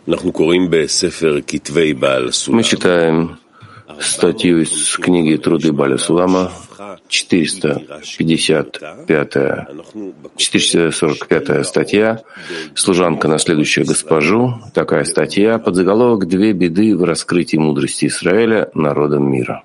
Мы читаем статью из книги «Труды Бааля Сулама», 445 статья, «Служанка, наследующая госпожу». Такая статья под заголовок «Две беды в раскрытии мудрости Израиля народом мира».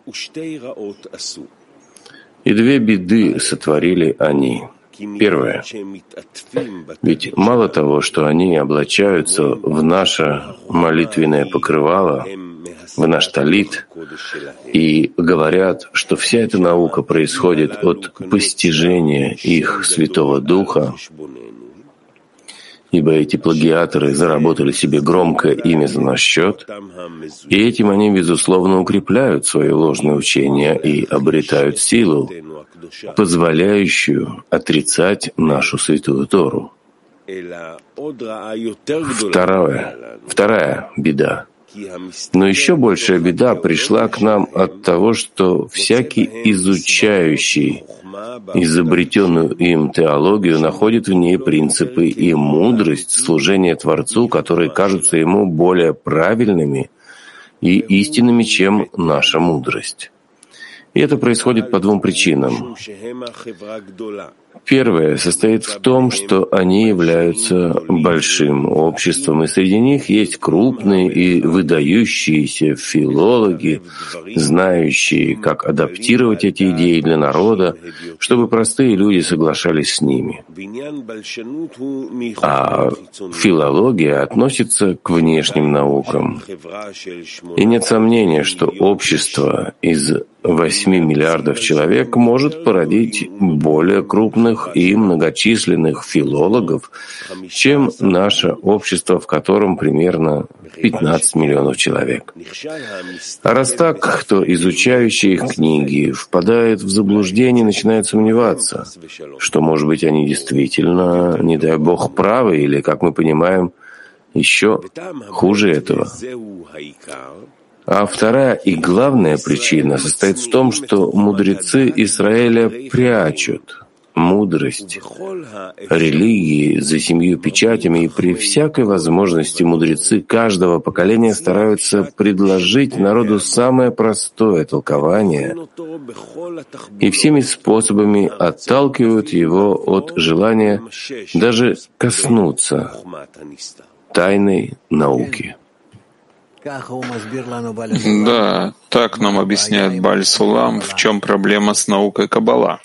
И две беды сотворили они. Первое. Ведь мало того, что они облачаются в наше молитвенное покрывало, в наш талит, и говорят, что вся эта наука происходит от постижения их Святого Духа, ибо эти плагиаторы заработали себе громкое имя за наш счет, и этим они, безусловно, укрепляют свое ложное учение и обретают силу, позволяющую отрицать нашу Святую Тору. Вторая беда. Но еще большая беда пришла к нам от того, что всякий изучающий изобретенную им теологию находит в ней принципы и мудрость служения Творцу, которые кажутся ему более правильными и истинными, чем наша мудрость. И это происходит по двум причинам. Первое состоит в том, что они являются большим обществом, и среди них есть крупные и выдающиеся филологи, знающие, как адаптировать эти идеи для народа, чтобы простые люди соглашались с ними. А филология относится к внешним наукам. И нет сомнения, что общество из 8 миллиардов человек может породить более крупных и многочисленных филологов, чем наше общество, в котором примерно 15 миллионов человек. А раз так, то изучающие их книги впадают в заблуждение и начинают сомневаться, что, может быть, они действительно, не дай Бог, правы, или, как мы понимаем, еще хуже этого. А вторая и главная причина состоит в том, что мудрецы Израиля прячут мудрость религии за 7 печатями, и при всякой возможности мудрецы каждого поколения стараются предложить народу самое простое толкование и всеми способами отталкивают его от желания даже коснуться тайной науки. Да, так нам объясняет Бааль Сулам, в чем проблема с наукой Каббала.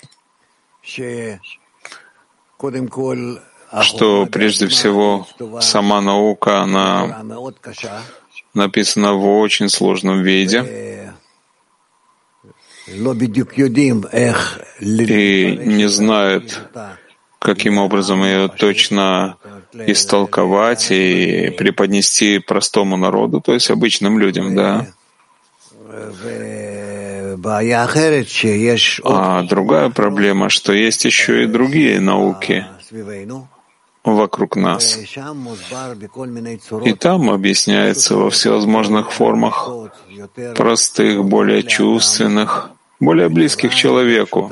Что прежде всего сама наука, она написана в очень сложном виде, и не знает, каким образом ее точно истолковать и преподнести простому народу, то есть обычным людям, да. А другая проблема, что есть еще и другие науки вокруг нас. И там объясняется во всевозможных формах, простых, более чувственных, более близких человеку,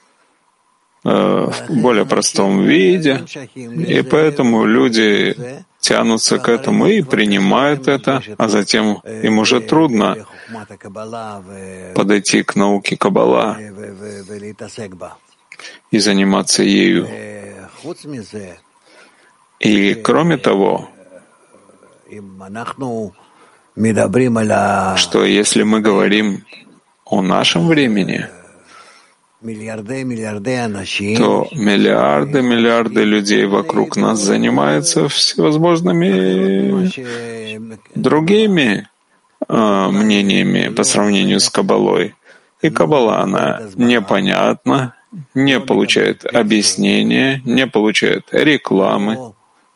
в более простом виде, и поэтому люди тянутся к этому и принимают это, а затем им уже трудно подойти к науке Каббала и заниматься ею. И кроме того, что если мы говорим о нашем времени, то миллиарды людей вокруг нас занимаются всевозможными другими мнениями по сравнению с Каббалой. И Каббала, она непонятна, не получает объяснения, не получает рекламы.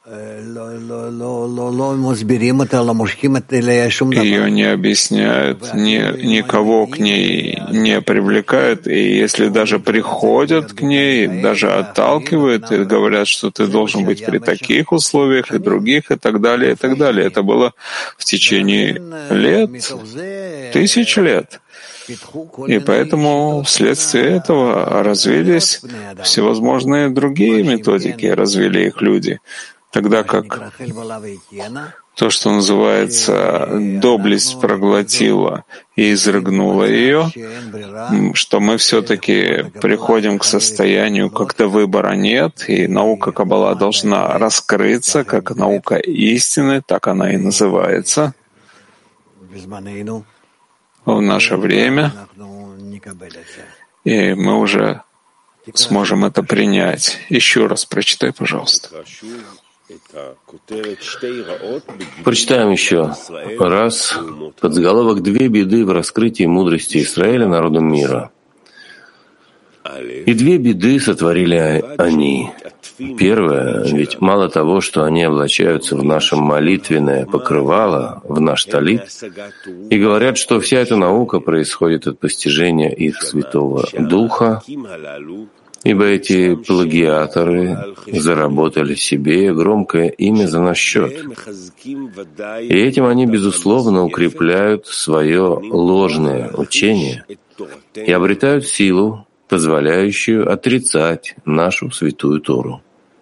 Ее не объясняют, никого к ней не привлекают, и если даже приходят к ней, даже отталкивают и говорят, что ты должен быть при таких условиях и других, и так далее, и так далее. Это было в течение лет, тысяч лет. И поэтому вследствие этого развились всевозможные другие методики, развили их люди. Тогда как то, что называется доблесть проглотила и изрыгнула ее, что мы все-таки приходим к состоянию, когда выбора нет, и наука Каббала должна раскрыться, как наука истины, так она и называется. В наше время, и мы уже сможем это принять. Еще раз прочитай, пожалуйста. Прочитаем еще раз подзаголовок «Две беды в раскрытии мудрости Израиля народом мира». И две беды сотворили они. Первое, ведь мало того, что они облачаются в наше молитвенное покрывало, в наш талит, и говорят, что вся эта наука происходит от постижения их Святого Духа, ибо эти плагиаторы заработали себе громкое имя за наш счет. И этим они, безусловно, укрепляют свое ложное учение и обретают силу, позволяющую отрицать нашу святую Тору.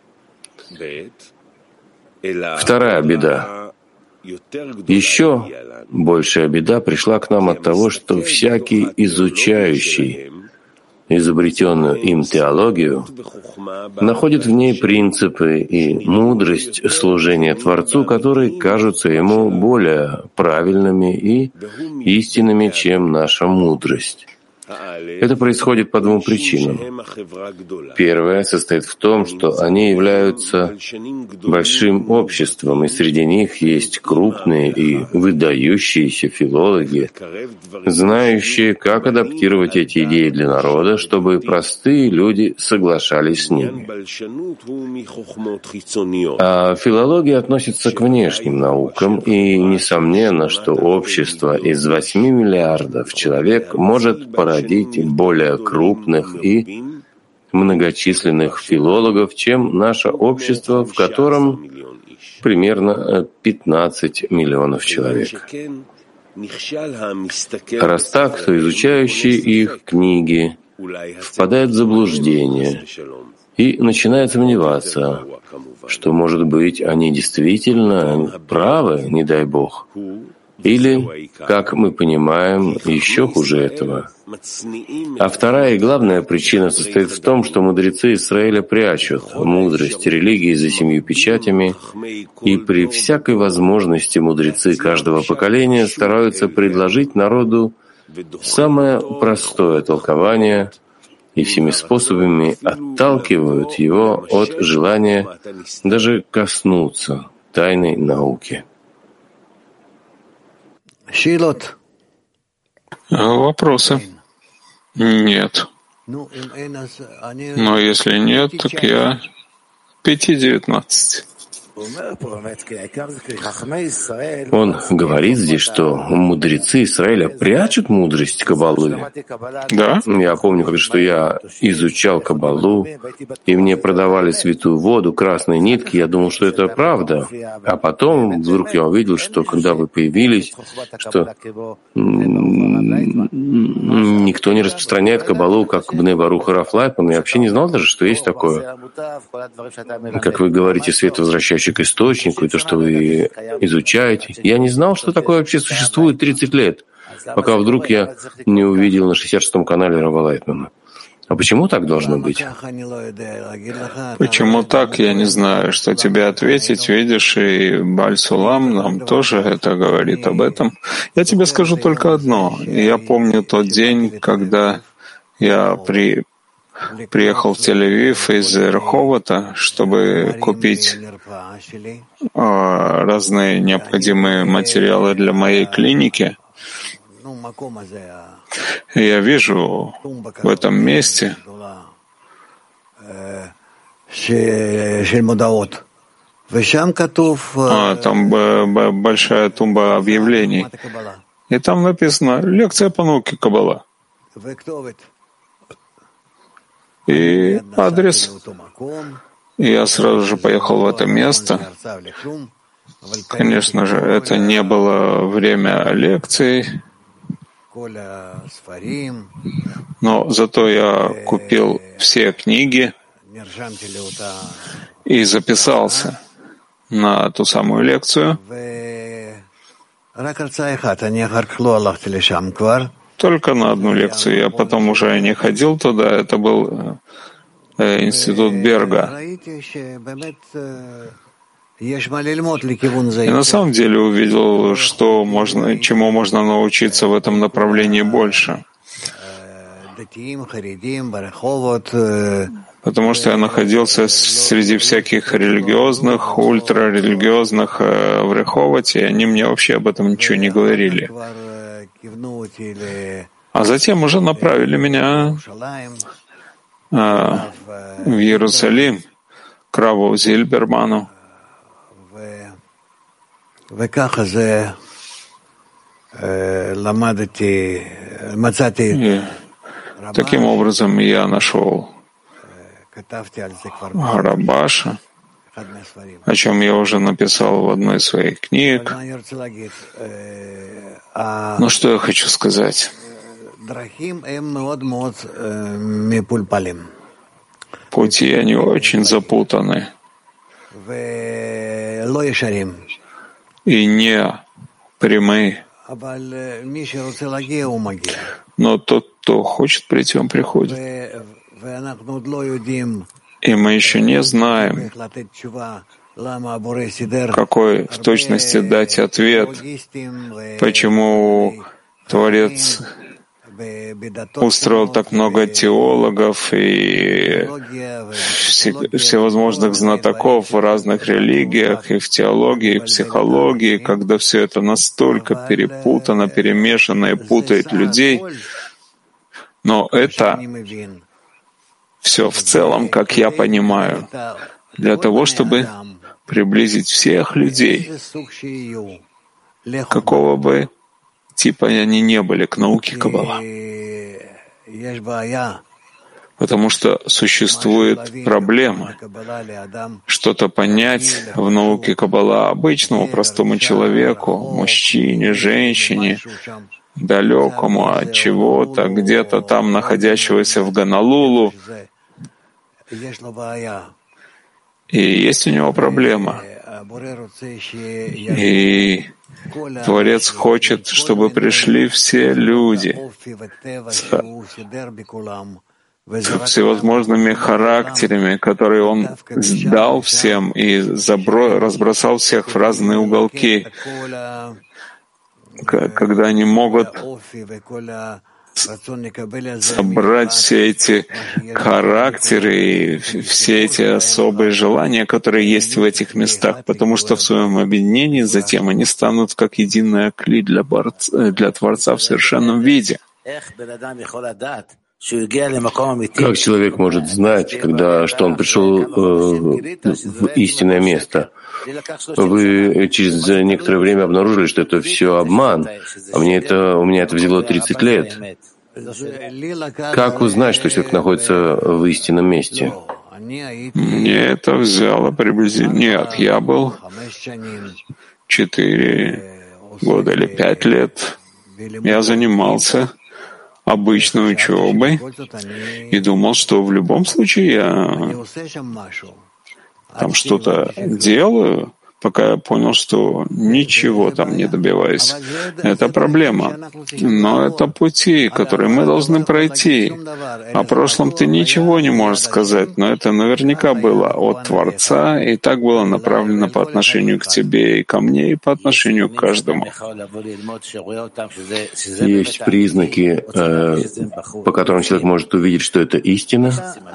Вторая беда. Еще большая беда пришла к нам от того, что всякий изучающий изобретенную им теологию находит в ней принципы и мудрость служения Творцу, которые кажутся ему более правильными и истинными, чем наша мудрость. Это происходит по двум причинам. Первая состоит в том, что они являются большим обществом, и среди них есть крупные и выдающиеся филологи, знающие, как адаптировать эти идеи для народа, чтобы простые люди соглашались с ними. А филология относится к внешним наукам, и несомненно, что общество из 8 миллиардов человек может породить более крупных и многочисленных филологов, чем наше общество, в котором примерно 15 миллионов человек. Раз так, то изучающие их книги впадают в заблуждение и начинают сомневаться, что, может быть, они действительно правы, не дай Бог, или, как мы понимаем, еще хуже этого. А вторая и главная причина состоит в том, что мудрецы Израиля прячут мудрость религии за 7 печатями, и при всякой возможности мудрецы каждого поколения стараются предложить народу самое простое толкование и всеми способами отталкивают его от желания даже коснуться тайной науки. Вопросы? Нет. Но если нет, так я 5:19. Он говорит здесь, что мудрецы Израиля прячут мудрость Каббалы. Да? Я помню, что я изучал Каббалу, и мне продавали святую воду, красные нитки. Я думал, что это правда. А потом вдруг я увидел, что когда вы появились, что никто не распространяет Каббалу, как Бней Барух и Раф Лайтман. Я вообще не знал даже, что есть такое. Как вы говорите, свет, возвращающий к источнику, и то, что вы изучаете. Я не знал, что такое вообще существует 30 лет, пока вдруг я не увидел на 66-м канале Рава Лайтмана. А почему так должно быть? Почему так, я не знаю, что тебе ответить. Видишь, и Бааль Сулам нам тоже это говорит об этом. Я тебе скажу только одно. Я помню тот день, когда я приехал в Тель-Авив из Реховота, чтобы купить разные необходимые материалы для моей клиники. И я вижу в этом месте там большая тумба объявлений. И там написано «Лекция по науке Каббала». И адрес. И я сразу же поехал в это место. Конечно же, это не было время лекций, но зато я купил все книги и записался на ту самую лекцию. Только на одну лекцию. Я потом уже не ходил туда. Это был институт Берга. И на самом деле увидел, чему можно научиться в этом направлении больше. Потому что я находился среди всяких религиозных, ультрарелигиозных в Реховоте, и они мне вообще об этом ничего не говорили. А затем уже направили меня в Иерусалим, к Раву Зильберману. И таким образом я нашел Рабаша, о чем я уже написал в одной из своих книг. Но что я хочу сказать? Пути, они очень запутаны и не прямые. Но тот, кто хочет прийти, он приходит. И мы еще не знаем, какой в точности дать ответ, почему Творец устроил так много теологов и всевозможных знатоков в разных религиях, и в теологии, и в психологии, когда все это настолько перепутано, перемешано и путает людей. Но это все в целом, как я понимаю, для того, чтобы приблизить всех людей, какого бы типа они не были, к науке Каббала. Потому что существует проблема. Что-то понять в науке Каббала обычному, простому человеку, мужчине, женщине, далекому от чего-то, где-то там находящегося в Гонолулу. И есть у него проблема. И Творец хочет, чтобы пришли все люди с всевозможными характерами, которые Он дал всем и разбросал всех в разные уголки, когда они могут собрать все эти характеры и все эти особые желания, которые есть в этих местах, потому что в своем объединении затем они станут как единая кли для Творца в совершенном виде. Как человек может знать, что он пришел в истинное место? Вы через некоторое время обнаружили, что это все обман, а у меня это взяло 30 лет. Как узнать, что человек находится в истинном месте? Мне это взяло приблизительно... Нет, я был 4 года или 5 лет. Я занимался обычной учебой и думал, что в любом случае я там что-то делаю, пока я понял, что ничего там не добиваюсь. Это проблема. Но это пути, которые мы должны пройти. О прошлом ты ничего не можешь сказать, но это наверняка было от Творца, и так было направлено по отношению к тебе и ко мне, и по отношению к каждому. Есть признаки, по которым человек может увидеть, что это истина.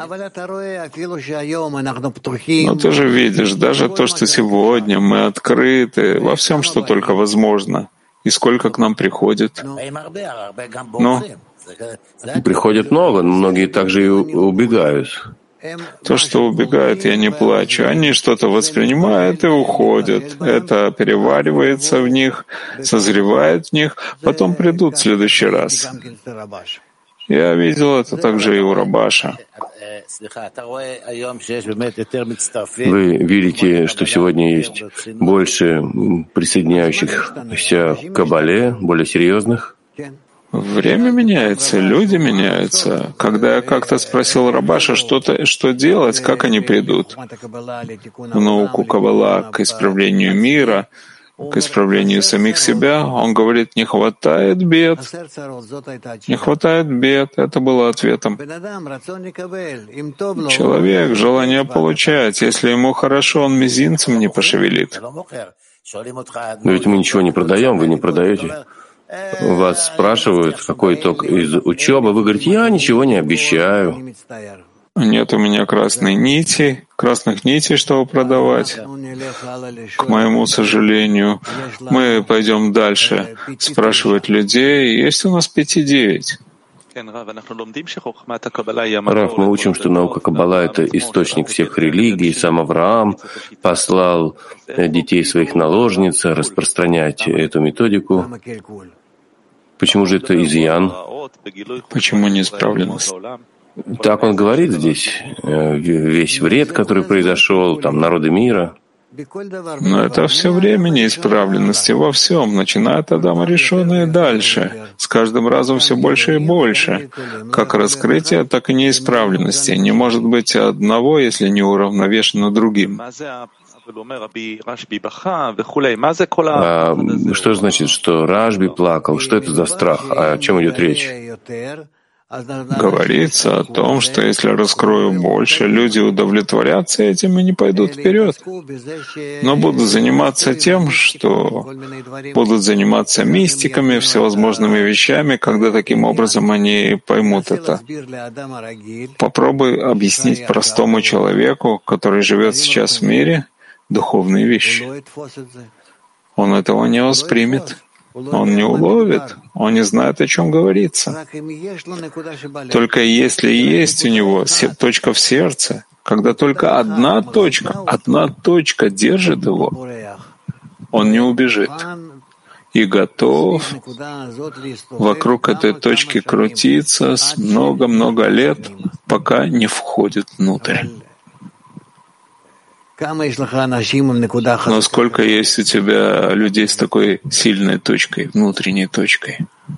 Но ты же видишь, даже то, что сегодня мы открыты во всем, что только возможно, и сколько к нам приходит. Но приходит много, но многие также и убегают. То, что убегает, я не плачу. Они что-то воспринимают и уходят. Это переваривается в них, созревает в них, потом придут в следующий раз. Я видел это также и у Рабаша. Вы видите, что сегодня есть больше присоединяющихся к Каббале, более серьезных? Время меняется, люди меняются. Когда я как-то спросил Рабаша, что делать, как они придут в науку Каббала к исправлению мира, к исправлению самих себя, он говорит, не хватает бед. Не хватает бед. Это было ответом. Человек, желание получать. Если ему хорошо, он мизинцем не пошевелит. Но ведь мы ничего не продаем, вы не продаете. Вас спрашивают, какой итог из учебы. Вы говорите, я ничего не обещаю. Нет у меня красных нитей, чтобы продавать. К моему сожалению, мы пойдем дальше спрашивать людей. Есть у нас 5-9. Рав, мы учим, что наука Каббала — это источник всех религий. Сам Авраам послал детей своих наложниц распространять эту методику. Почему же это изъян? Почему неисправленность? Так он говорит здесь, весь вред, который произошел, там, народы мира. Но это все время неисправленности во всем, начиная от Адама решенное дальше, с каждым разом все больше и больше. Как раскрытие, так и неисправленности. Не может быть одного, если не уравновешено другим. Что значит, что Рашби плакал? Что это за страх? О чем идет речь? Говорится о том, что если раскрою больше, люди удовлетворятся этим и не пойдут вперед, но будут заниматься тем, что будут заниматься мистиками, всевозможными вещами, когда таким образом они поймут это. Попробуй объяснить простому человеку, который живет сейчас в мире, духовные вещи. Он этого не воспримет. Он не уловит, он не знает, о чем говорится. Только если есть у него точка в сердце, когда только одна точка держит его, он не убежит и готов вокруг этой точки крутиться с много-много лет, пока не входит внутрь. Но сколько есть у тебя людей с такой сильной точкой, внутренней точкой?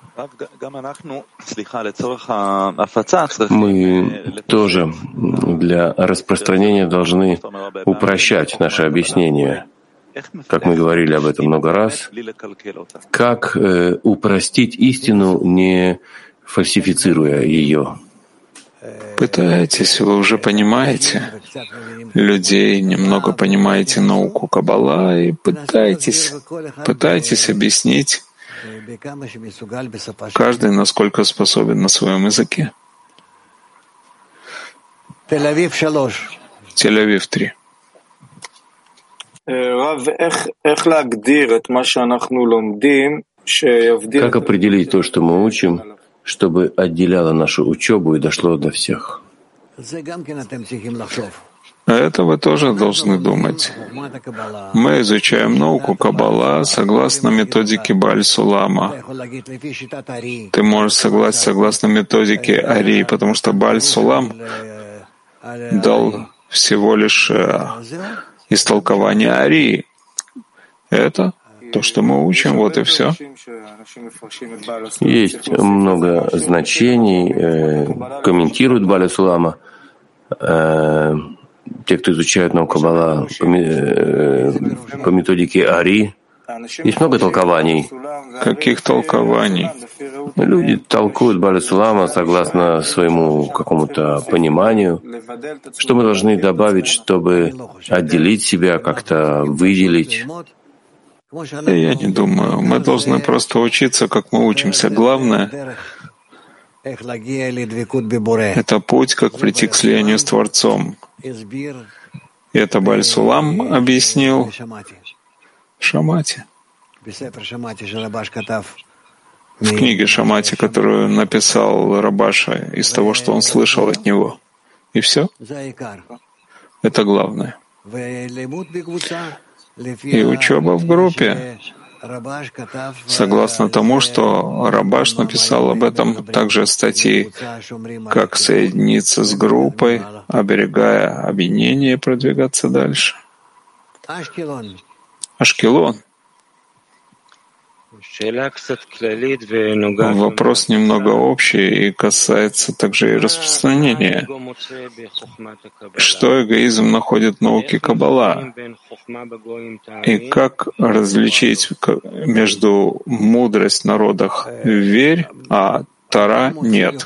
Мы тоже для распространения должны упрощать наше объяснение. Как мы говорили об этом много раз, как упростить истину, не фальсифицируя ее? Пытаетесь, вы уже понимаете людей, немного понимаете науку Каббала и пытайтесь объяснить каждый, насколько способен на своем языке. Тель-Авив 3. Как определить то, что мы учим, чтобы отделяло нашу учебу и дошло до всех? Это вы тоже должны думать. Мы изучаем науку Каббала согласно методике Бааль-Сулама. Ты можешь согласно методике Ари, потому что Бааль-Сулам дал всего лишь истолкование Ари. Это то, что мы учим, вот и все. Есть много значений, комментируют Бааля Сулама. Те, кто изучают науку Каббала по методике Ари, есть много толкований. Каких толкований? Люди толкуют Бааля Сулама согласно своему какому-то пониманию. Что мы должны добавить, чтобы отделить себя, как-то выделить? Я не думаю. Мы должны просто учиться, как мы учимся. Главное — это путь, как прийти к слиянию с Творцом. И это Бааль-Сулам объяснил в Шамате. В книге Шамати, которую написал Рабаша из того, что он слышал от него. И все. Это главное. И учеба в группе, согласно тому, что Рабаш написал об этом, также статьи, как соединиться с группой, оберегая объединение и продвигаться дальше. Ашкелон. Вопрос немного общий и касается также и распространения. Что эгоизм находит в науке Каббала? И как различить между мудрость в народах «верь», а Тора «нет»?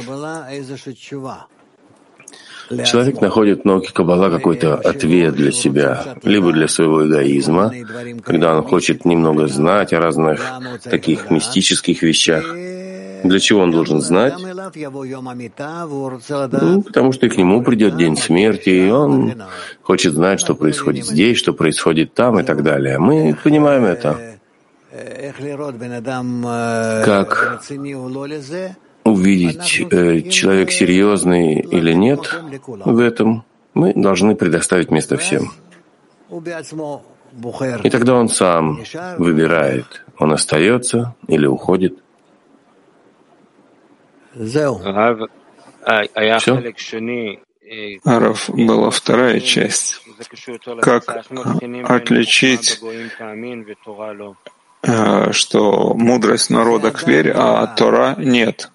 Человек находит в науке Каббала какой-то ответ для себя, либо для своего эгоизма, когда он хочет немного знать о разных таких мистических вещах. Для чего он должен знать? Потому что и к нему придет день смерти, и он хочет знать, что происходит здесь, что происходит там и так далее. Мы понимаем это. Как увидеть, человек серьезный или нет в этом, мы должны предоставить место всем. И тогда он сам выбирает, он остается или уходит. Все? Рав, была вторая часть. Как отличить, что мудрость в народах верь, а Тора нет?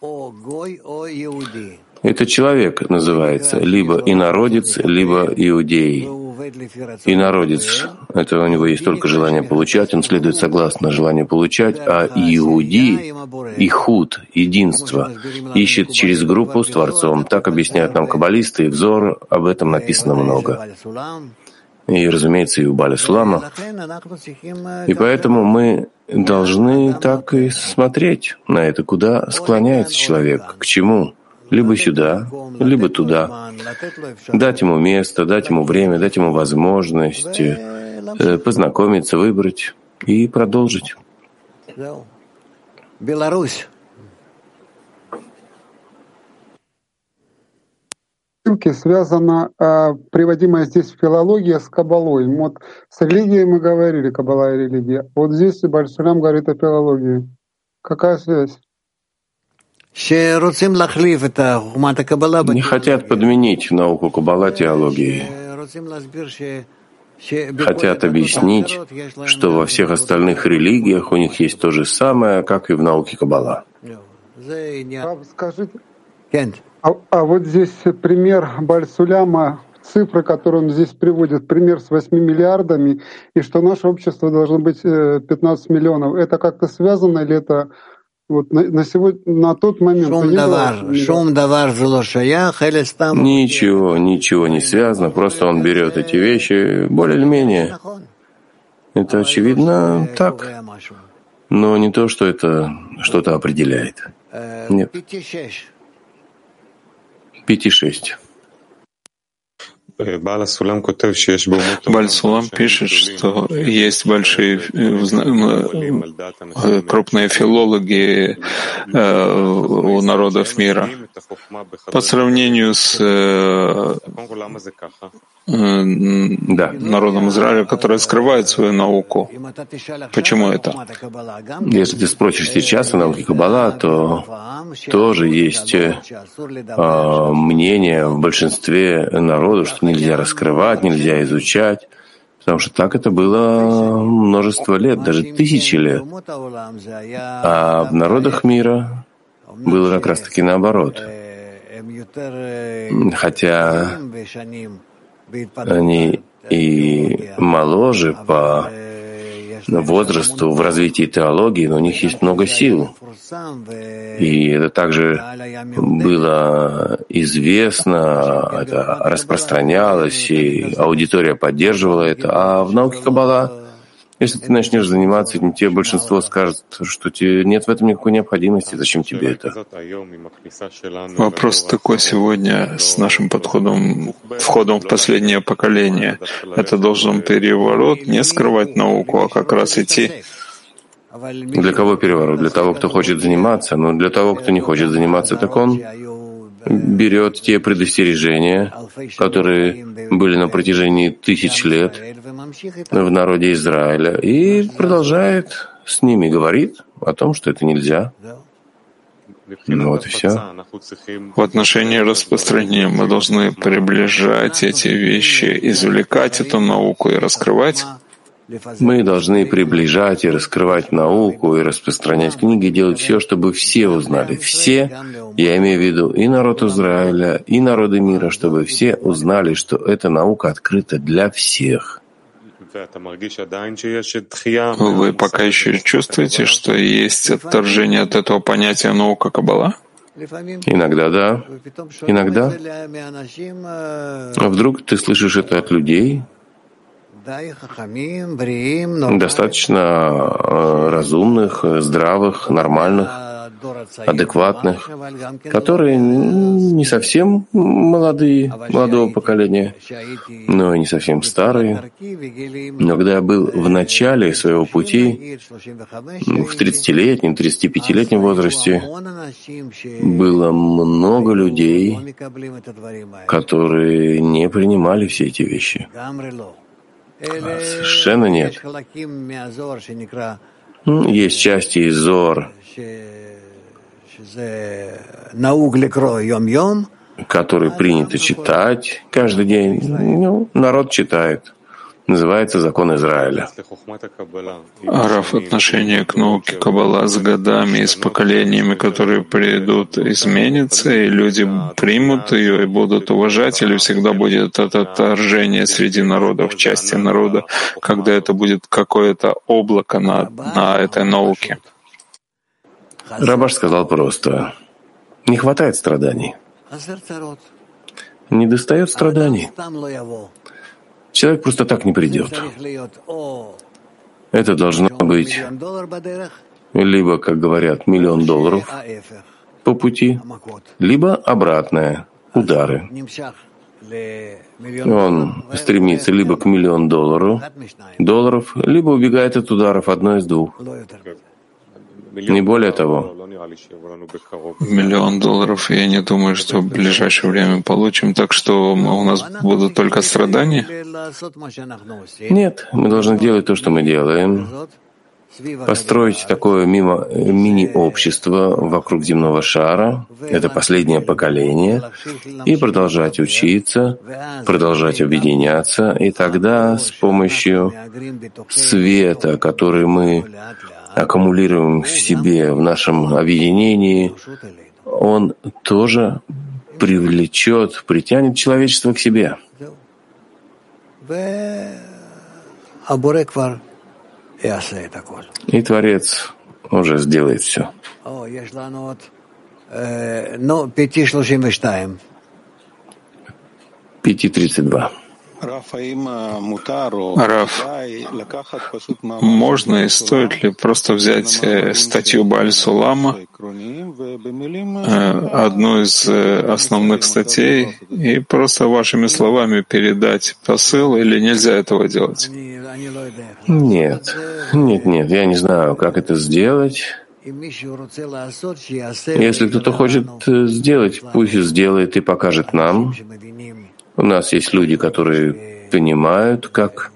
Это человек называется либо инородец, либо иудей. Инородец — это у него есть только желание получать, он следует согласно желанию получать, а иуди, ихуд, единство, ищет через группу с Творцом. Так объясняют нам каббалисты, и в Зоар об этом написано много. И, разумеется, и у Баля Сулама. И поэтому мы должны так и смотреть на это, куда склоняется человек, к чему. Либо сюда, либо туда. Дать ему место, дать ему время, дать ему возможность познакомиться, выбрать и продолжить. Беларусь. Связана приводимая здесь филология с Каббалой. Вот с религией мы говорили, Каббала и религия. Вот здесь Баль Сулам говорит о филологии. Какая связь? Не хотят подменить науку Каббала теологией. Хотят объяснить, что во всех остальных религиях у них есть то же самое, как и в науке Каббала. Скажите, а вот здесь пример Баль Суляма, цифры, которые он здесь приводит, пример с 8 миллиардами, и что наше общество должно быть 15 миллионов. Это как-то связано или это вот на сегодня, на тот момент? Ничего не связано, просто он берет эти вещи более или менее. Это очевидно так, но не то, что это что-то определяет. Нет. 5,6. Баль Сулам пишет, что есть большие крупные филологи у народов мира. По сравнению с народом Израиля, который скрывает свою науку. Почему это? Если ты спросишь сейчас о науке Каббала, то тоже есть мнение в большинстве народов, что нельзя раскрывать, нельзя изучать, потому что так это было множество лет, даже тысячи лет. А в народах мира было как раз-таки наоборот. Хотя они и моложе по возрасту в развитии теологии, но у них есть много сил. И это также было известно, это распространялось, и аудитория поддерживала это. А в науке Каббала, если ты начнешь заниматься этим, тебе большинство скажет, что тебе нет в этом никакой необходимости, зачем тебе это? Вопрос такой сегодня с нашим входом в последнее поколение. Это должен переворот, не скрывать науку, а как раз идти. Для кого переворот? Для того, кто хочет заниматься. Но для того, кто не хочет заниматься, так он берет те предостережения, которые были на протяжении тысяч лет в народе Израиля, и продолжает с ними, говорит о том, что это нельзя. Ну вот и все. В отношении распространения мы должны приближать эти вещи, извлекать эту науку и раскрывать. Мы должны приближать и раскрывать науку, и распространять книги, и делать все, чтобы все узнали. Все, я имею в виду и народ Израиля, и народы мира, чтобы все узнали, что эта наука открыта для всех. Вы пока еще чувствуете, что есть отторжение от этого понятия наука Каббала? Иногда да, иногда. А вдруг ты слышишь это от людей, достаточно разумных, здравых, нормальных, адекватных, которые не совсем молодого поколения, но и не совсем старые. Но когда я был в начале своего пути, в 30-летнем, 35-летнем возрасте, было много людей, которые не принимали все эти вещи. Совершенно нет. Есть части из Зоар, которые принято читать каждый день. Народ читает. Называется закон Израиля. Рав, отношение к науке Каббала с годами и с поколениями, которые придут, изменится, и люди примут ее и будут уважать, или всегда будет это отторжение среди народов, части народа, когда это будет какое-то облако на этой науке? Рабаш сказал просто: не хватает страданий. Не достает страданий. Человек просто так не придет. Это должно быть либо, как говорят, $1 миллион по пути, либо обратное — удары. Он стремится либо к $1 миллион, либо убегает от ударов, одно из двух. Не более того. $1 миллион, я не думаю, что в ближайшее время получим, так что у нас будут только страдания? Нет, мы должны делать то, что мы делаем, построить такое мини-общество вокруг земного шара, это последнее поколение, и продолжать учиться, продолжать объединяться, и тогда с помощью света, который мы аккумулируем в себе, в нашем объединении, он тоже притянет человечество к себе. И Творец уже сделает все. 5:32. Рав, можно и стоит ли просто взять статью Бааль Сулама, одну из основных статей, и просто вашими словами передать посыл, или нельзя этого делать? Нет, я не знаю, как это сделать. Если кто-то хочет сделать, пусть сделает и покажет нам. У нас есть люди, которые понимают, как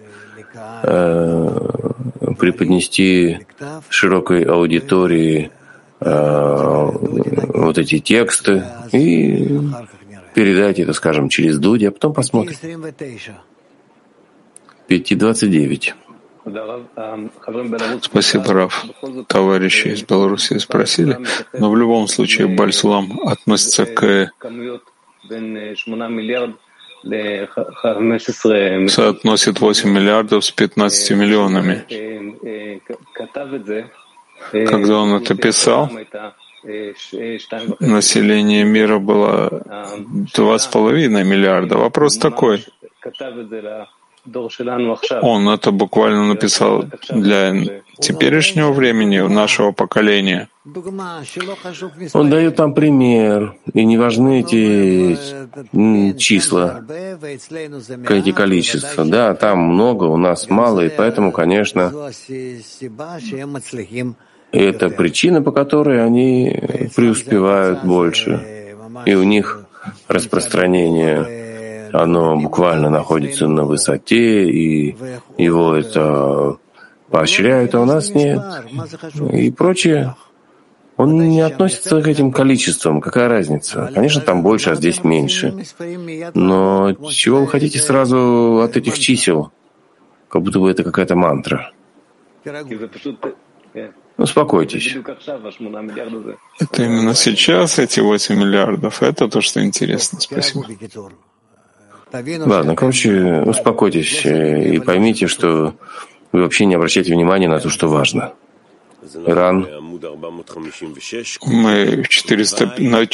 преподнести широкой аудитории вот эти тексты и передать это, скажем, через Дуди, а потом посмотрим. 5:29. Спасибо, Рав. Товарищи из Беларуси спросили, но в любом случае Бааль Сулам относится к соотносит 8 миллиардов с 15 миллионами. Когда он это писал, население мира было 2,5 миллиарда. Вопрос такой. Он это буквально написал для теперешнего времени, нашего поколения. Он дает там пример, и не важны эти числа, эти количества. Да, там много, у нас мало, и поэтому, конечно, это причина, по которой они преуспевают больше, и у них распространение, оно буквально находится на высоте, и его это поощряют, а у нас нет, и прочее. Он не относится к этим количествам. Какая разница? Конечно, там больше, а здесь меньше. Но чего вы хотите сразу от этих чисел? как будто бы это какая-то мантра. Успокойтесь. Это именно сейчас эти 8 миллиардов. Это то, что интересно. Спасибо. Ладно, короче, успокойтесь и поймите, что вы вообще не обращаете внимания на то, что важно. Иран. Мы на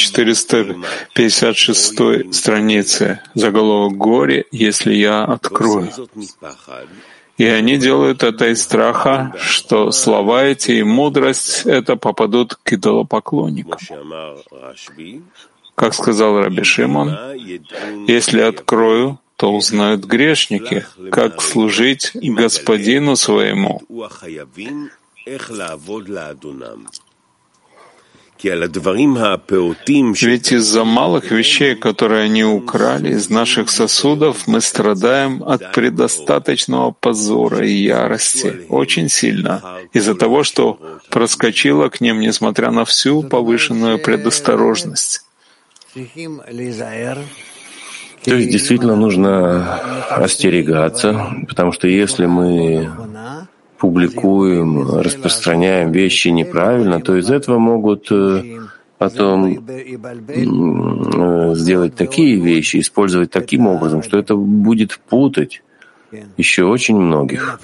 456 странице. Заголовок «Горе, если я открою». И они делают это из страха, что слова эти и мудрость это попадут к идолопоклонникам. Как сказал Раби Шимон, если открою, то узнают грешники, как служить Господину своему. Ведь из-за малых вещей, которые они украли из наших сосудов, мы страдаем от предостаточного позора и ярости очень сильно, из-за того, что проскочило к ним, несмотря на всю повышенную предосторожность. То есть действительно нужно остерегаться, потому что если мы публикуем, распространяем вещи неправильно, то из этого могут потом сделать такие вещи, использовать таким образом, что это будет путать еще очень многих.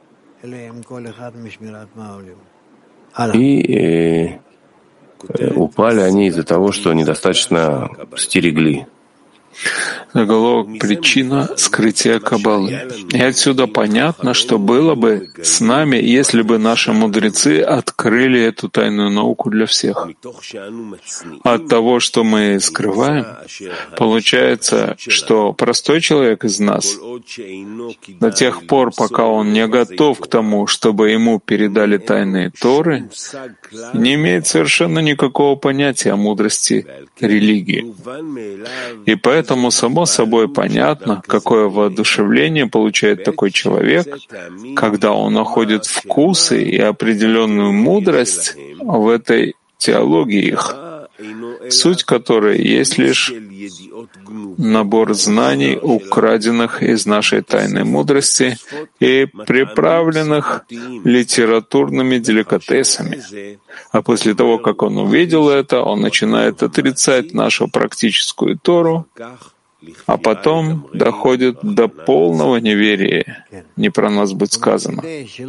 И упали они из-за того, что недостаточно стерегли. Заголовок «Причина скрытия Каббалы». И отсюда понятно, что было бы с нами, если бы наши мудрецы открыли эту тайную науку для всех. От того, что мы скрываем, получается, что простой человек из нас, до тех пор, пока он не готов к тому, чтобы ему передали тайные Торы, не имеет совершенно никакого понятия о мудрости религии. И поэтому само собой понятно, какое воодушевление получает такой человек, когда он находит вкусы и определенную мудрость в этой теологии их, суть которой есть лишь набор знаний, украденных из нашей тайной мудрости и приправленных литературными деликатесами. А после того, как он увидел это, он начинает отрицать нашу практическую Тору, а потом доходит до полного неверия. Не про нас будет сказано.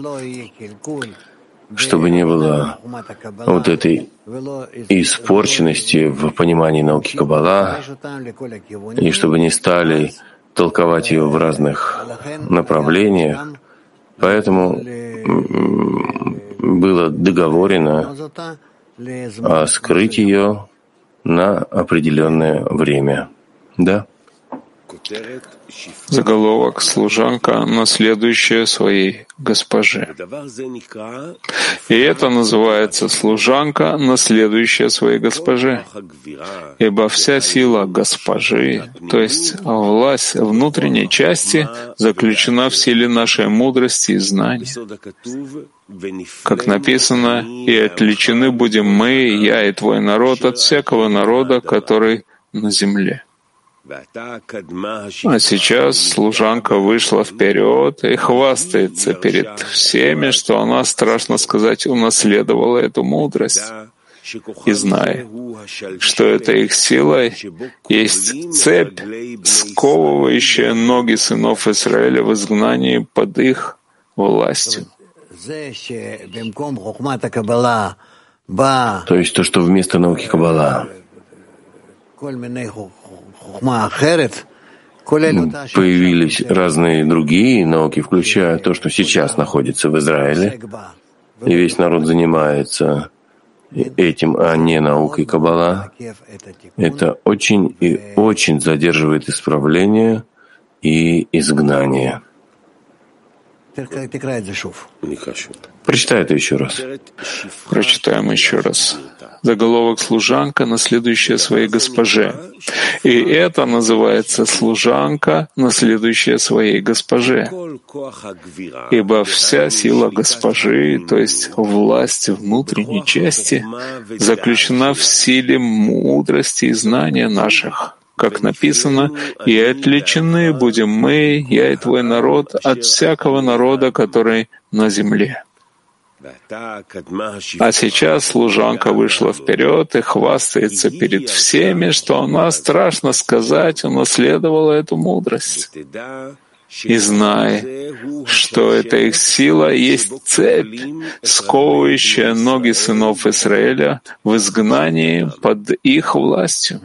Чтобы не было вот этой испорченности в понимании науки Каббала, и чтобы не стали толковать ее в разных направлениях. Поэтому было договорено скрыть ее на определенное время. Да? Заголовок «Служанка, наследующая своей госпоже». И это называется «Служанка, наследующая своей госпоже». Ибо вся сила госпожи, то есть власть внутренней части, заключена в силе нашей мудрости и знаний. Как написано, «И отличены будем мы, я и твой народ, от всякого народа, который на земле». А сейчас служанка вышла вперед и хвастается перед всеми, что она, страшно сказать, унаследовала эту мудрость. И зная, что это их силой есть цепь, сковывающая ноги сынов Израиля в изгнании под их властью. То есть то, что вместо науки Каббала появились разные другие науки, включая то, что сейчас находится в Израиле, и весь народ занимается этим, а не наукой Каббала, это очень и очень задерживает исправление и изгнание. Прочитай это еще раз. Прочитаем еще раз. Заголовок «Служанка, наследующая своей госпоже». И это называется «Служанка, наследующая своей госпоже». Ибо вся сила госпожи, то есть власть внутренней части, заключена в силе мудрости и знания наших. как написано, «И отличены будем мы, я и твой народ, от всякого народа, который на земле». А сейчас служанка вышла вперед и хвастается перед всеми, что она, страшно сказать, унаследовала эту мудрость. И знай, что эта их сила есть цепь, сковывающая ноги сынов Израиля в изгнании под их властью.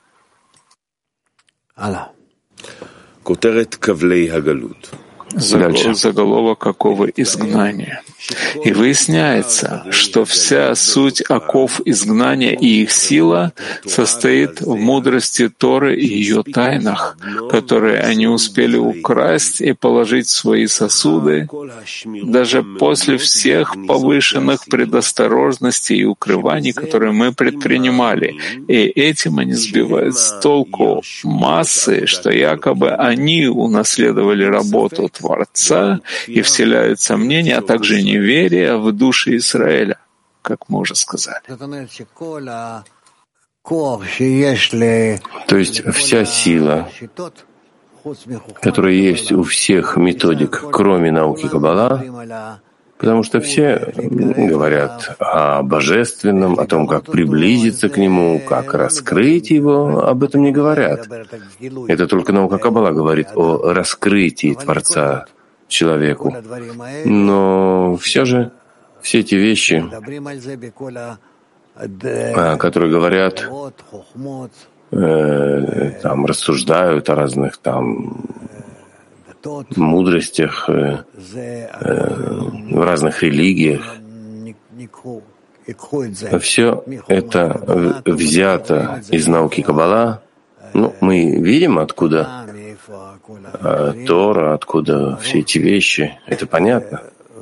Заголовок какого изгнания. И выясняется, что вся суть оков изгнания и их сила состоит в мудрости Торы и ее тайнах, которые они успели украсть и положить в свои сосуды, даже после всех повышенных предосторожностей и укрываний, которые мы предпринимали. И этим они сбивают с толку массы, что якобы они унаследовали работу Творца и вселяют сомнения, а также неверие в души Израиля, как мы уже сказали. То есть вся сила, которая есть у всех методик, кроме науки Каббала, потому что все говорят о божественном, о том, как приблизиться к нему, как раскрыть его, об этом не говорят. Это только наука Каббала говорит о раскрытии Творца человеку. Но все же все эти вещи, которые говорят, там рассуждают о разных там мудростях, в разных религиях. Все это взято из науки Каббала. Ну, мы видим, откуда Тора, откуда все эти вещи. Это понятно.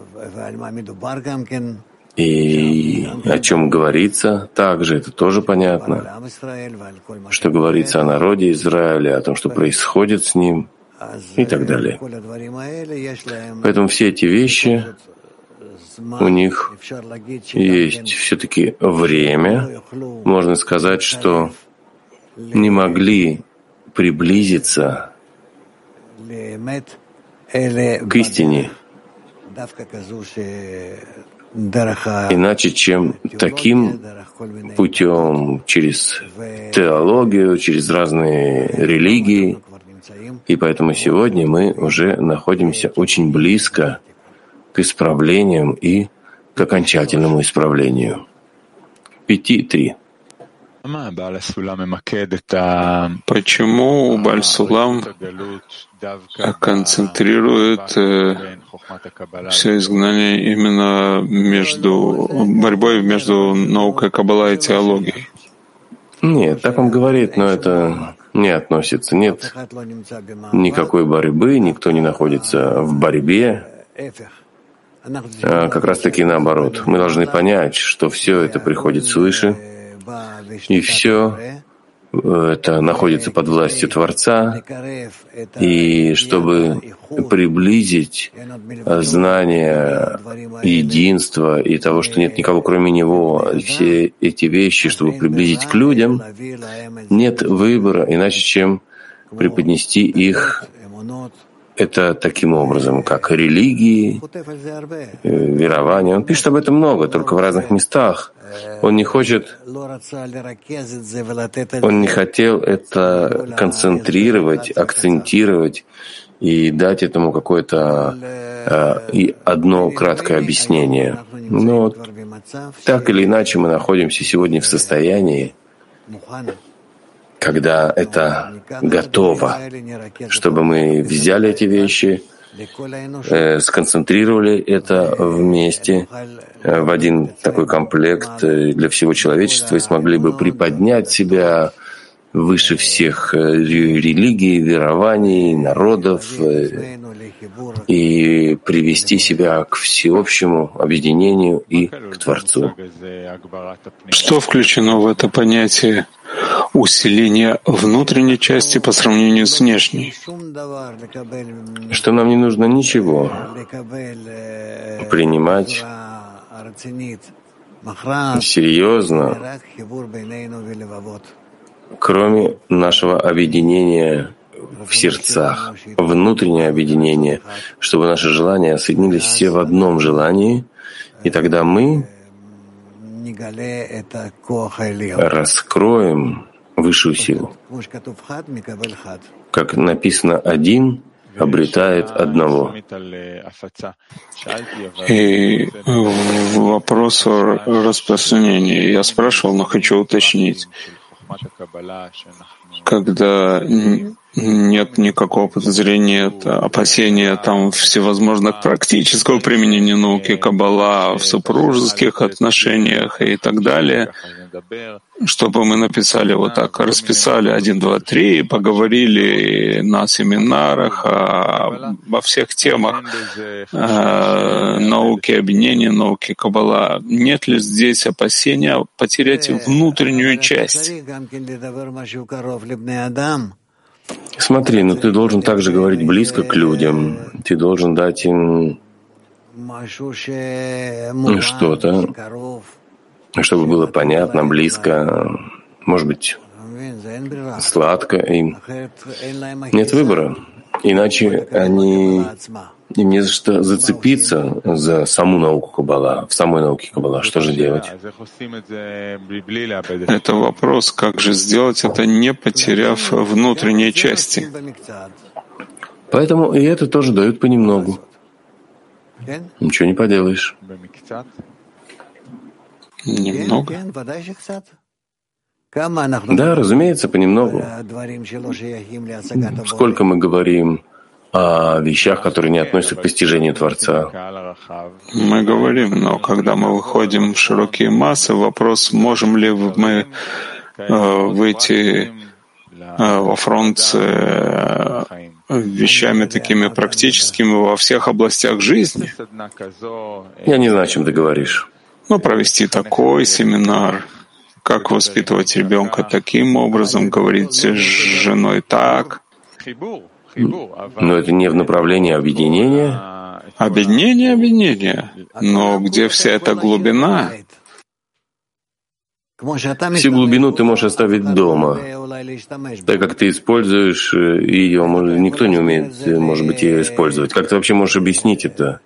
И о чем говорится, также это тоже понятно. Что говорится о народе Израиля, о том, что происходит с ним, и так далее. Поэтому все эти вещи, у них есть все-таки время. Можно сказать, что не могли приблизиться к истине иначе, чем таким путем, через теологию, через разные религии. И поэтому сегодня мы уже находимся очень близко к исправлениям и к окончательному исправлению. 5.3. Почему Баль-Сулам концентрирует все изгнание именно между борьбой между наукой Каббала и теологией? Нет, так он говорит, но это не относится. Нет никакой борьбы, никто не находится в борьбе. Как раз таки наоборот. Мы должны понять, что все это приходит свыше, и все это находится под властью Творца, и чтобы приблизить знание единства и того, что нет никого кроме Него, все эти вещи, чтобы приблизить к людям, нет выбора, иначе чем преподнести их это таким образом, как религии, верования. Он пишет об этом много, только в разных местах. Он не хотел это концентрировать, акцентировать и дать этому какое-то и одно краткое объяснение. Но так или иначе мы находимся сегодня в состоянии, когда это готово, чтобы мы взяли эти вещи, сконцентрировали это вместе в один такой комплект для всего человечества и смогли бы приподнять себя выше всех религий, верований, народов и привести себя к всеобщему объединению и к Творцу. Что включено в это понятие усиления внутренней части по сравнению с внешней? Что нам не нужно ничего принимать серьезно, кроме нашего объединения в сердцах, внутреннее объединение, чтобы наши желания соединились все в одном желании, и тогда мы раскроем высшую силу. Как написано, один обретает одного. И вопрос о распространении. Я спрашивал, но хочу уточнить. Когда нет никакого подозрения, опасения там всевозможных практического применения науки Каббала в супружеских отношениях и так далее, чтобы мы написали вот так, расписали 1, 2, 3, поговорили на семинарах во всех темах науки объединения, науки Каббала. Нет ли здесь опасения потерять внутреннюю часть? Смотри, но ты должен также говорить близко к людям. Ты должен дать им что-то, чтобы было понятно, близко, может быть, сладко им. Нет выбора. Иначе им не за что зацепиться за саму науку Каббала, в самой науке Каббала. Что же делать? Это вопрос, как же сделать это, не потеряв внутренней части. Поэтому и это тоже дают понемногу. Ничего не поделаешь. Немного? Да, разумеется, понемногу. Сколько мы говорим о вещах, которые не относятся к постижению Творца. Мы говорим, но когда мы выходим в широкие массы, вопрос, можем ли мы выйти во фронт с вещами такими практическими во всех областях жизни. Я не знаю, о чем ты говоришь. Ну, провести такой семинар, как воспитывать ребенка таким образом, говорить с женой так. Но это не в направлении объединения. Объединение. Но где вся эта глубина? Всю глубину ты можешь оставить дома, так как ты используешь ее, никто не умеет, может быть, ее использовать. Как ты вообще можешь объяснить это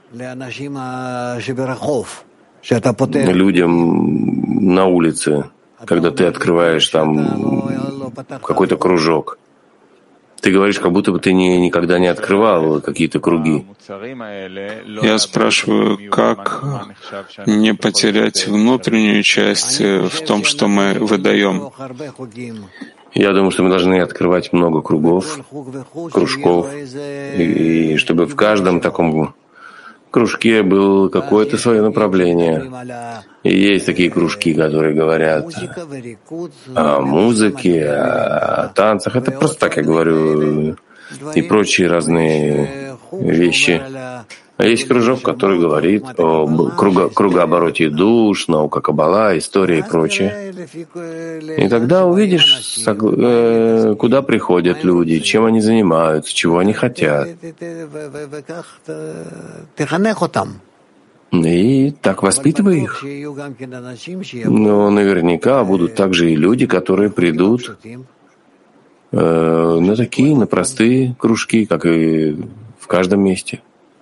людям на улице, когда ты открываешь там какой-то кружок? Ты говоришь, как будто бы ты никогда не открывал какие-то круги. Я спрашиваю, как не потерять внутреннюю часть в том, что мы выдаем? Я думаю, что мы должны открывать много кругов, кружков, и чтобы в каждом таком кружке было какое-то свое направление. И есть такие кружки, которые говорят о музыке, о танцах. Это просто так я говорю. И прочие разные вещи. А есть кружок, который говорит о кругообороте душ, наука Каббала, история и прочее. И тогда увидишь, куда приходят люди, чем они занимаются, чего они хотят. И так воспитывай их. Но наверняка будут также и люди, которые придут на такие, на простые кружки, как и в каждом месте.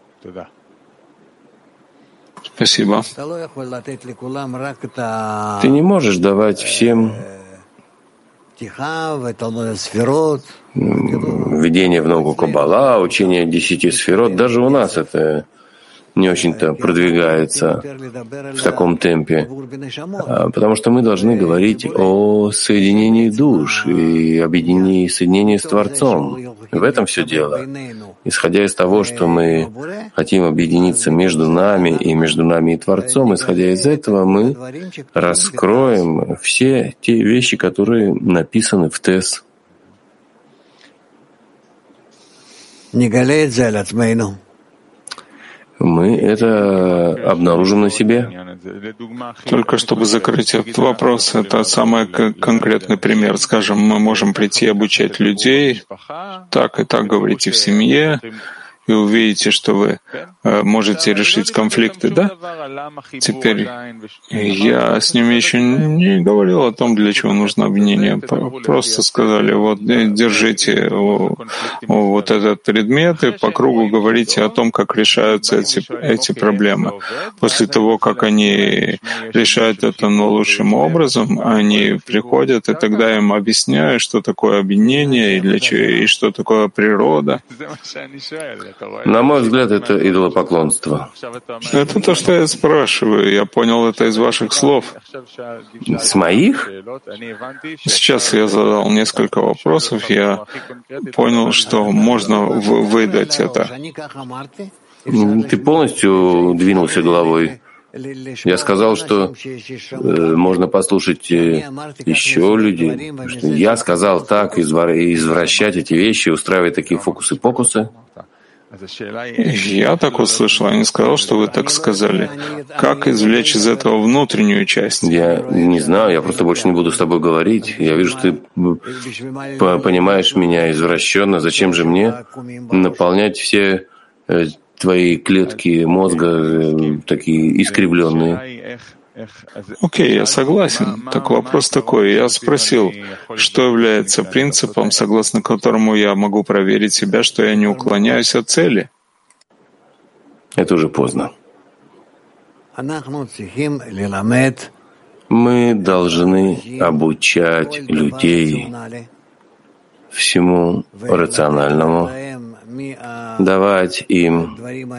Спасибо. Ты не можешь давать всем введение в науку Каббала, учение 10 сферот. Даже у нас это не очень-то продвигается в таком темпе, потому что мы должны говорить о соединении душ и объединении, соединении с Творцом. В этом все дело. Исходя из того, что мы хотим объединиться между нами и Творцом, исходя из этого, мы раскроем все те вещи, которые написаны в ТЭС. Мы это обнаружим на себе. Только чтобы закрыть этот вопрос, это самый конкретный пример. Скажем, мы можем прийти обучать людей, так и так говорить и в семье, и увидите, что вы можете решить конфликты, да? Теперь я с ними еще не говорил о том, для чего нужно обвинение. Просто сказали, вот держите вот этот предмет и по кругу говорите о том, как решаются эти проблемы. После того, как они решают это наилучшим образом, они приходят, и тогда я им объясняю, что такое обвинение и что такое природа. На мой взгляд, это идолопоклонство. Это то, что я спрашиваю. Я понял это из ваших слов. С моих? Сейчас я задал несколько вопросов. Я понял, что можно выдать это. Ты полностью двинулся головой. Я сказал, что можно послушать еще людей. Что я сказал так, извращать эти вещи, устраивать такие фокусы-покусы. Я так услышал, я не сказал, что вы так сказали. Как извлечь из этого внутреннюю часть? Я не знаю, я просто больше не буду с тобой говорить. Я вижу, ты понимаешь меня извращенно. Зачем же мне наполнять все твои клетки мозга такие искривленные? Окей, я согласен. Так вопрос такой. Я спросил, что является принципом, согласно которому я могу проверить себя, что я не уклоняюсь от цели? Это уже поздно. Мы должны обучать людей всему рациональному, давать им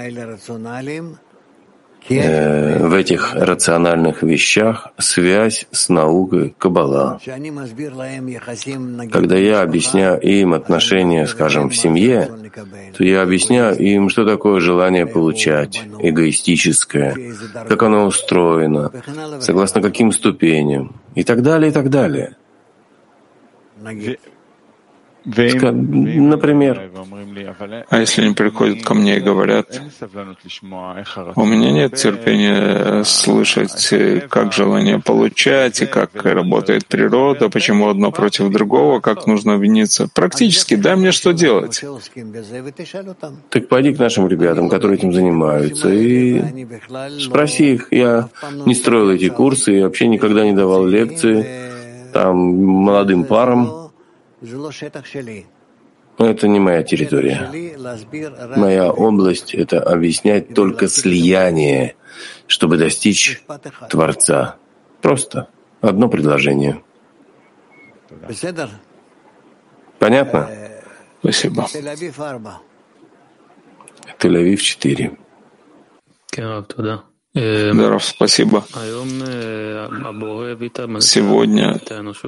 в этих рациональных вещах связь с наукой Каббала. Когда я объясняю им отношения, скажем, в семье, то я объясняю им, что такое желание получать, эгоистическое, как оно устроено, согласно каким ступеням, и так далее, и так далее. Например, а если они приходят ко мне и говорят, у меня нет терпения слышать, как желание получать, и как работает природа, почему одно против другого, как нужно обвиниться. Практически, дай мне что делать. Так пойди к нашим ребятам, которые этим занимаются, и спроси их. Я не строил эти курсы и вообще никогда не давал лекции там молодым парам. Это не моя территория. Моя область — это объяснять только слияние, чтобы достичь Творца. Просто одно предложение. Понятно? Спасибо. Тель-Авив 4. Даров, спасибо. Сегодня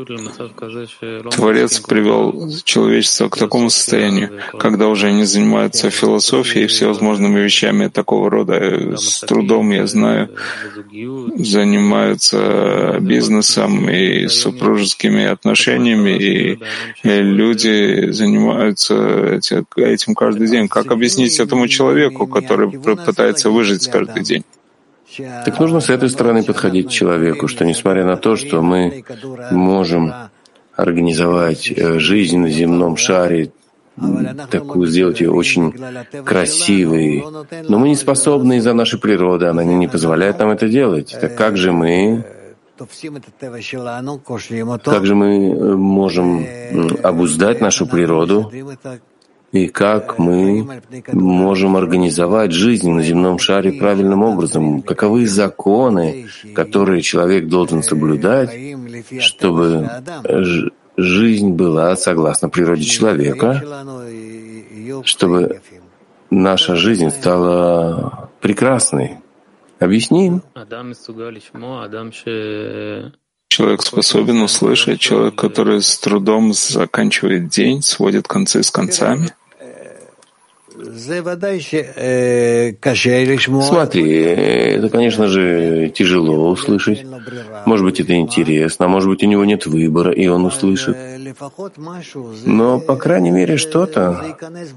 Творец привел человечество к такому состоянию, когда уже они занимаются философией и всевозможными вещами такого рода. С трудом, я знаю, занимаются бизнесом и супружескими отношениями, и люди занимаются этим каждый день. Как объяснить этому человеку, который пытается выжить каждый день? Так нужно с этой стороны подходить к человеку, что несмотря на то, что мы можем организовать жизнь на земном шаре, такую сделать ее очень красивой, но мы не способны из-за нашей природы, она не позволяет нам это делать. Так как же мы можем обуздать нашу природу? И как мы можем организовать жизнь на земном шаре правильным образом? Каковы законы, которые человек должен соблюдать, чтобы жизнь была согласно природе человека, чтобы наша жизнь стала прекрасной? Объясним. Человек способен услышать, человек, который с трудом заканчивает день, сводит концы с концами. Смотри, это, конечно же, тяжело услышать. Может быть, это интересно, а может быть, у него нет выбора, и он услышит. Но, по крайней мере, что-то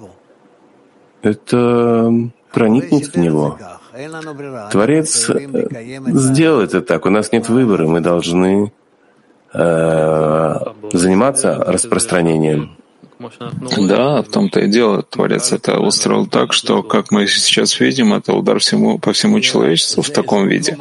это проникнет в него. Творец сделал это так. У нас нет выбора, мы должны заниматься распространением. Да, в том-то и дело. Творец это устроил так, что, как мы сейчас видим, это удар по всему человечеству в таком виде.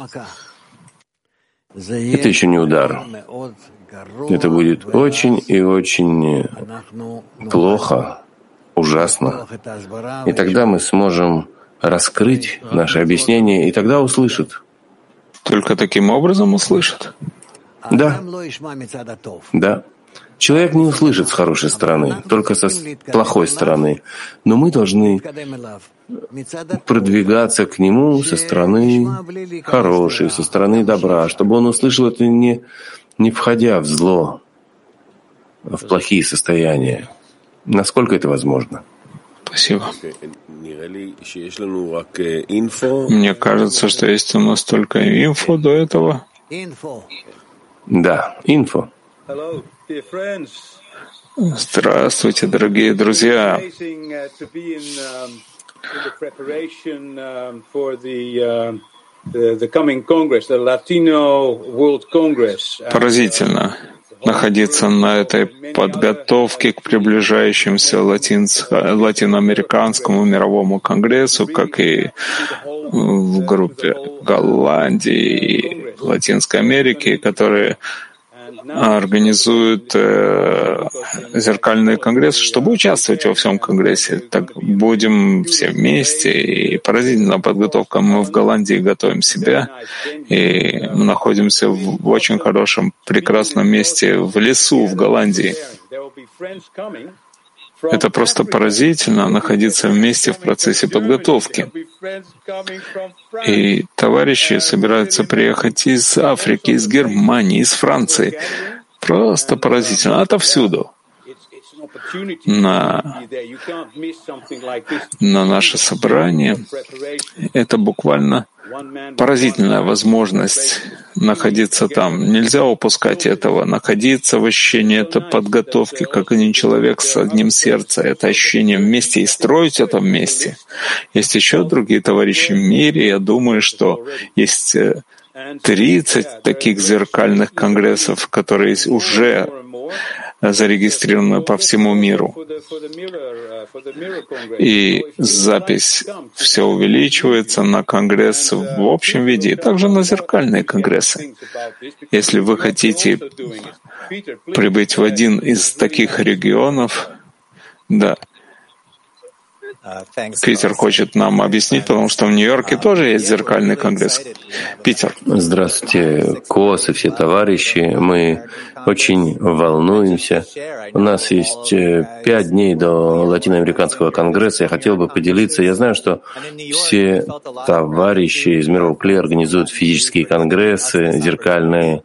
Это еще не удар. Это будет очень и очень плохо, ужасно. И тогда мы сможем раскрыть наше объяснение, и тогда услышат. Только таким образом услышат? Да. Да. Человек не услышит с хорошей стороны, только со плохой стороны. Но мы должны продвигаться к нему со стороны хорошей, со стороны добра, чтобы он услышал это не входя в зло, в плохие состояния. Насколько это возможно? Спасибо. Мне кажется, что есть у нас только инфо до этого. Да, инфо. Здравствуйте, дорогие друзья. Поразительно находиться на этой подготовке к приближающемуся латиноамериканскому мировому конгрессу, как и в группе Голландии и Латинской Америки, которые организуют зеркальный конгресс, чтобы участвовать во всем конгрессе. Так будем все вместе, и поразительная подготовка. Мы в Голландии готовим себя, и мы находимся в очень хорошем, прекрасном месте в лесу в Голландии. Это просто поразительно находиться вместе в процессе подготовки. И товарищи собираются приехать из Африки, из Германии, из Франции. Просто поразительно. Отовсюду. На наше собрание. Это буквально поразительная возможность находиться там. Нельзя упускать этого. Находиться в ощущении этой подготовки, как один человек с одним сердцем. Это ощущение вместе и строить это вместе. Есть еще другие товарищи в мире. Я думаю, что есть 30 таких зеркальных конгрессов, которые уже зарегистрированы по всему миру. И запись все увеличивается на конгресс в общем виде, и также на зеркальные конгрессы. Если вы хотите прибыть в один из таких регионов, да, Питер хочет нам объяснить, потому что в Нью-Йорке тоже есть зеркальный конгресс. Питер. Здравствуйте, КОС и все товарищи. Мы очень волнуемся. У нас есть 5 дней до Латиноамериканского конгресса. Я хотел бы поделиться. Я знаю, что все товарищи из мирового клея организуют физические конгрессы, зеркальные.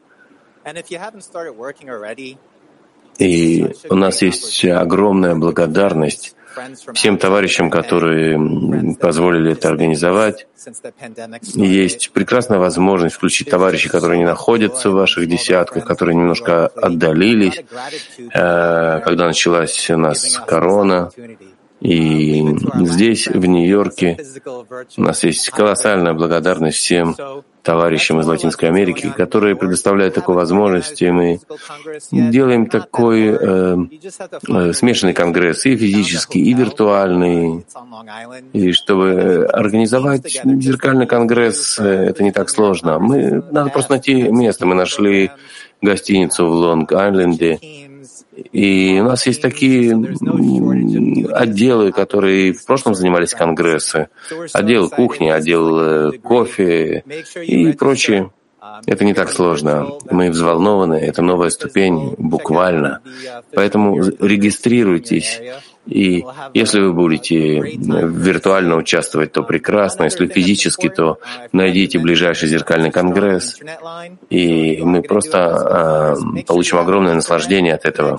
И у нас есть огромная благодарность всем товарищам, которые позволили это организовать. Есть прекрасная возможность включить товарищей, которые не находятся в ваших десятках, которые немножко отдалились, когда началась у нас корона. И здесь, в Нью-Йорке, у нас есть колоссальная благодарность всем товарищам из Латинской Америки, которые предоставляют такую возможность, и мы делаем такой смешанный конгресс, и физический, и виртуальный. И чтобы организовать зеркальный конгресс, это не так сложно. Надо просто найти место. Мы нашли гостиницу в Лонг-Айленде, и у нас есть такие отделы, которые в прошлом занимались конгрессы. Отдел кухни, отдел кофе и прочее. Это не так сложно. Мы взволнованы. Это новая ступень, буквально. Поэтому регистрируйтесь. И если вы будете виртуально участвовать, то прекрасно. Если физически, то найдите ближайший зеркальный конгресс. И мы просто получим огромное наслаждение от этого.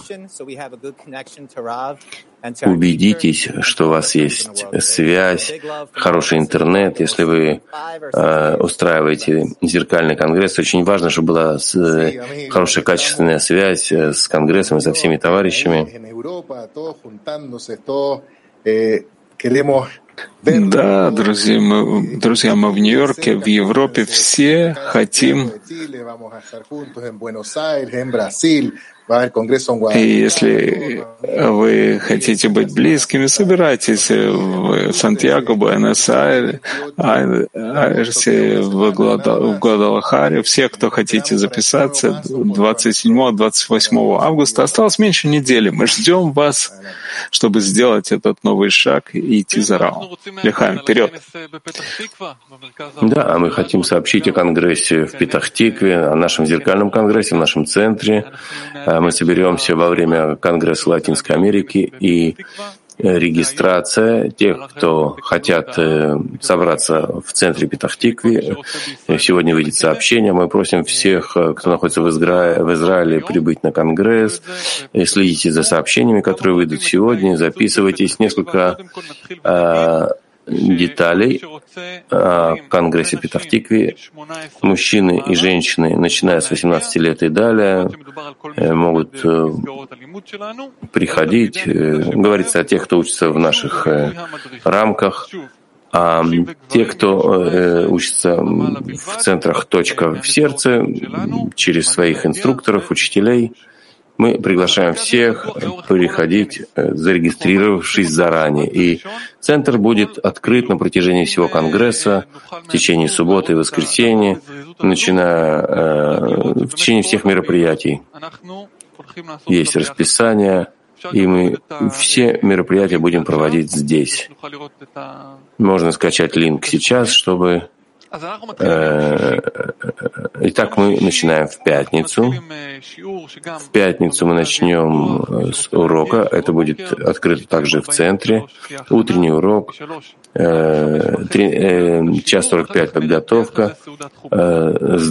Убедитесь, что у вас есть связь, хороший интернет. Если вы устраиваете зеркальный конгресс, очень важно, чтобы была хорошая качественная связь с конгрессом и со всеми товарищами. Да, друзья, мы в Нью-Йорке, в Европе все хотим И если вы хотите быть близкими, собирайтесь в Сантьяго, Буэнос-Айресе, в Гвадалахаре. Все, кто хотите записаться, 27-28 августа. Осталось меньше недели. Мы ждем вас, чтобы сделать этот новый шаг и идти за Рао. Лихаим, вперед! Да, мы хотим сообщить о конгрессе в Петах-Тикве, о нашем зеркальном конгрессе, в нашем центре. Мы соберемся во время Конгресса Латинской Америки, и регистрация тех, кто хотят собраться в центре Петах-Тикве. Сегодня выйдет сообщение. Мы просим всех, кто находится в Израиле, прибыть на Конгресс. Следите за сообщениями, которые выйдут сегодня. Записывайтесь. Несколько деталей о Конгрессе Петах-Тикве. Мужчины и женщины, начиная с 18 лет и далее, могут приходить. Говорится о тех, кто учится в наших рамках. А те, кто учится в центрах «Точка в сердце», через своих инструкторов, учителей, мы приглашаем всех приходить, зарегистрировавшись заранее. И центр будет открыт на протяжении всего Конгресса в течение субботы и воскресенья, начиная в течение всех мероприятий. Есть расписание, и мы все мероприятия будем проводить здесь. Можно скачать линк сейчас, чтобы... Итак, мы начинаем в пятницу. В пятницу мы начнем с урока. Это будет открыто также в центре. Утренний урок. 1:45 подготовка. С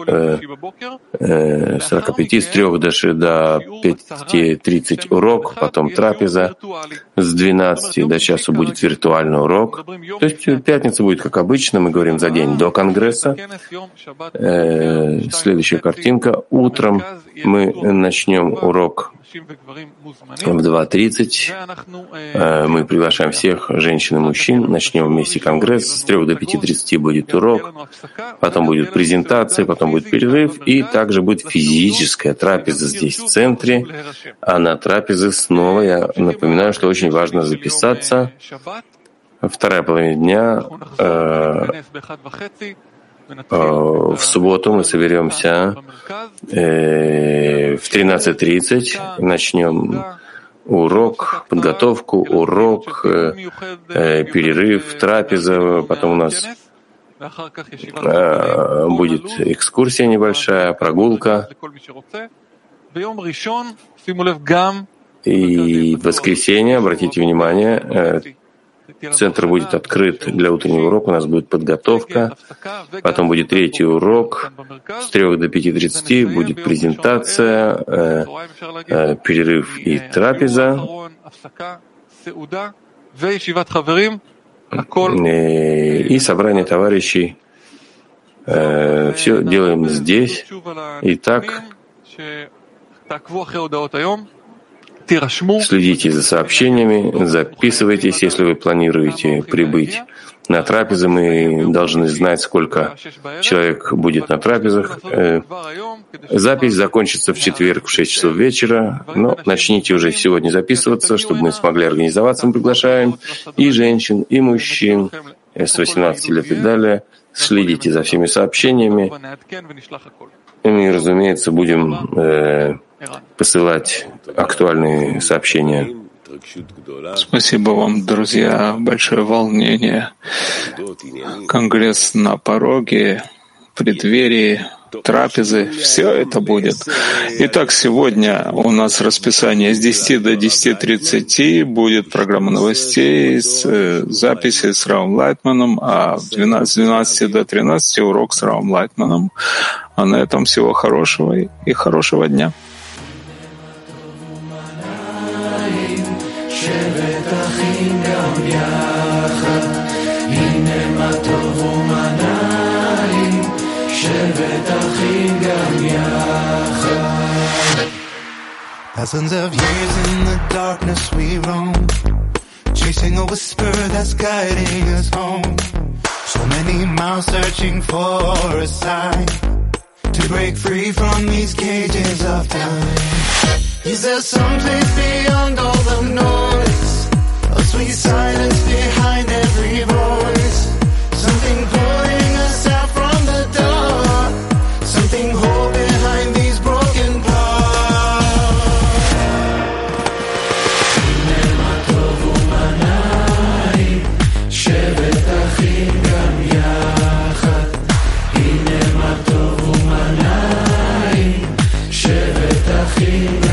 2:45, с 3 до 5:30 урок, потом трапеза. С 12 до часу будет виртуальный урок. То есть пятница будет как обычно, мы говорим за день до Конгресса. Следующая картинка. Утром мы начнем урок в 2:30. Мы приглашаем всех женщин и мужчин. Начнем вместе Конгресс. С 3 до 5:30 будет урок. Потом будет презентация, потом будет перерыв. И также будет физическая трапеза здесь, в центре. А на трапезе снова я напоминаю, что очень важно записаться. Вторая половина дня. В субботу мы соберемся в 13:30, начнем урок, подготовку, урок, перерыв, трапеза, потом у нас будет экскурсия небольшая, прогулка. И в воскресенье, обратите внимание, центр будет открыт для утреннего урока, у нас будет подготовка, потом будет третий урок, с 3 до 5:30 будет презентация, перерыв и трапеза. И собрание товарищей. Все делаем здесь. Итак, следите за сообщениями, записывайтесь, если вы планируете прибыть на трапезы. Мы должны знать, сколько человек будет на трапезах. Запись закончится в четверг в 6 часов вечера, но начните уже сегодня записываться, чтобы мы смогли организоваться. Мы приглашаем и женщин, и мужчин с 18 лет и далее. Следите за всеми сообщениями. И мы, разумеется, будем посылать актуальные сообщения. Спасибо вам, друзья. Большое волнение. Конгресс на пороге, в преддверии трапезы. Все это будет. Итак, сегодня у нас расписание с 10 до 10:30 будет программа новостей с записи с Равом Лайтманом, а с 12 до 13 урок с Равом Лайтманом. А на этом всего хорошего и хорошего дня. Thousands of years in the darkness we roam, chasing a whisper that's guiding us home. So many miles searching for a sign to break free from these cages of time. Is there some place beyond all the noise? A sweet silence behind every voice. Something pulling us out from the dark. Something whole behind these broken parts. הנה מה טוב ומנעים, שבת אחים גם יחד. הנה מה טוב ומנעים, שבת אחים